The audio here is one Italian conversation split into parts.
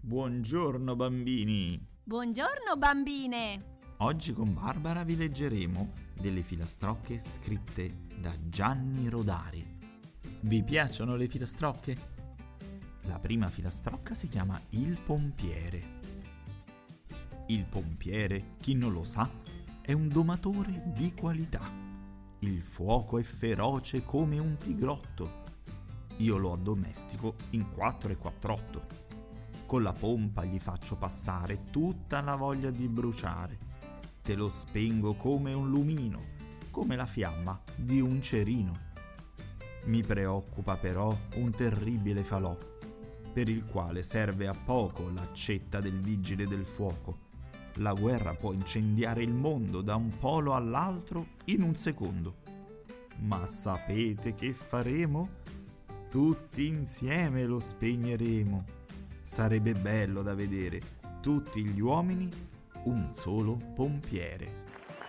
Buongiorno bambini! Buongiorno bambine! Oggi con Barbara vi leggeremo delle filastrocche scritte da Gianni Rodari. Vi piacciono le filastrocche? La prima filastrocca si chiama Il pompiere. Il pompiere, chi non lo sa, è un domatore di qualità. Il fuoco è feroce come un tigrotto. Io lo addomestico in 448. Con la pompa gli faccio passare tutta la voglia di bruciare. Te lo spengo come un lumino, come la fiamma di un cerino. Mi preoccupa però un terribile falò, per il quale serve a poco l'accetta del vigile del fuoco. La guerra può incendiare il mondo da un polo all'altro in un secondo. Ma sapete che faremo? Tutti insieme lo spegneremo. Sarebbe bello da vedere, tutti gli uomini, un solo pompiere.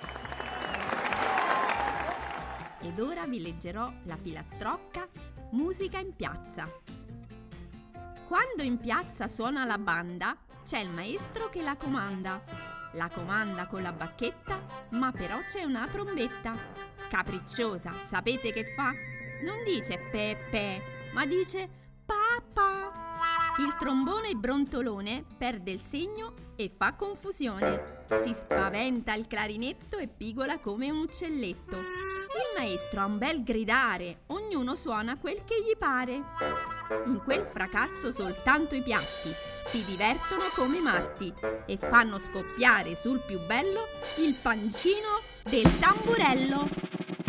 Ed ora vi leggerò la filastrocca Musica in piazza. Quando in piazza suona la banda, c'è il maestro che la comanda. La comanda con la bacchetta, ma però c'è una trombetta. Capricciosa, sapete che fa? Non dice pepe, ma dice papà. Il trombone brontolone perde il segno e fa confusione. Si spaventa il clarinetto e pigola come un uccelletto. Il maestro ha un bel gridare, ognuno suona quel che gli pare. In quel fracasso soltanto i piatti si divertono come matti e fanno scoppiare sul più bello il pancino del tamburello.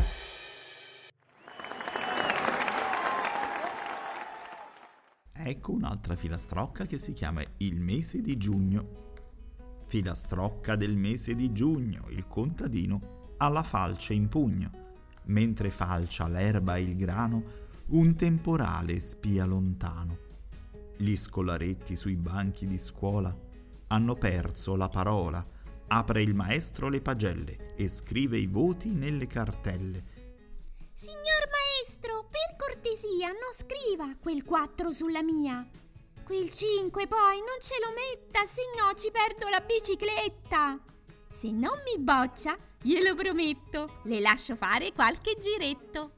Ecco un'altra filastrocca che si chiama Il mese di giugno. Filastrocca del mese di giugno, il contadino ha la falce in pugno. Mentre falcia l'erba e il grano, un temporale spia lontano. Gli scolaretti sui banchi di scuola hanno perso la parola. Apre il maestro le pagelle e scrive i voti nelle cartelle. Signor maestro, per cortesia non scriva quel 4 sulla mia. Quel 5 poi non ce lo metta, se no ci perdo la bicicletta. Se non mi boccia, glielo prometto, le lascio fare qualche giretto.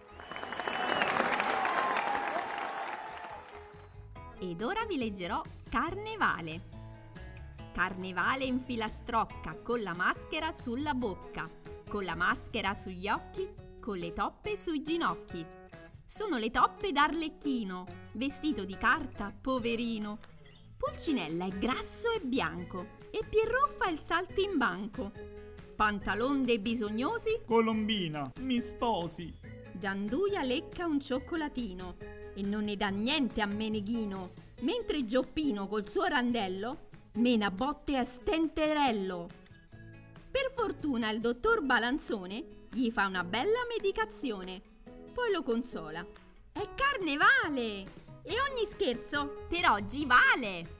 Ed ora vi leggerò Carnevale. Carnevale in filastrocca, con la maschera sulla bocca, con la maschera sugli occhi, con le toppe sui ginocchi. Sono le toppe d'Arlecchino, vestito di carta, poverino. Pulcinella è grasso e bianco e Pierrot fa il saltimbanco. Pantalon dei bisognosi, Colombina, mi sposi. Gianduia lecca un cioccolatino e non ne dà niente a Meneghino, mentre Gioppino col suo randello mena botte a stenterello. Per fortuna il dottor Balanzone gli fa una bella medicazione, poi lo consola. È carnevale e ogni scherzo per oggi vale.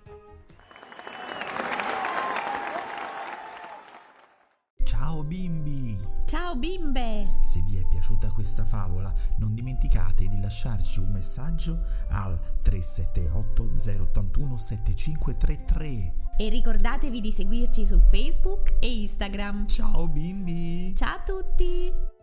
Ciao bimbi! Ciao bimbe! Se vi è piaciuta questa favola, non dimenticate di lasciarci un messaggio al 378 081 7533. E ricordatevi di seguirci su Facebook e Instagram. Ciao bimbi! Ciao a tutti!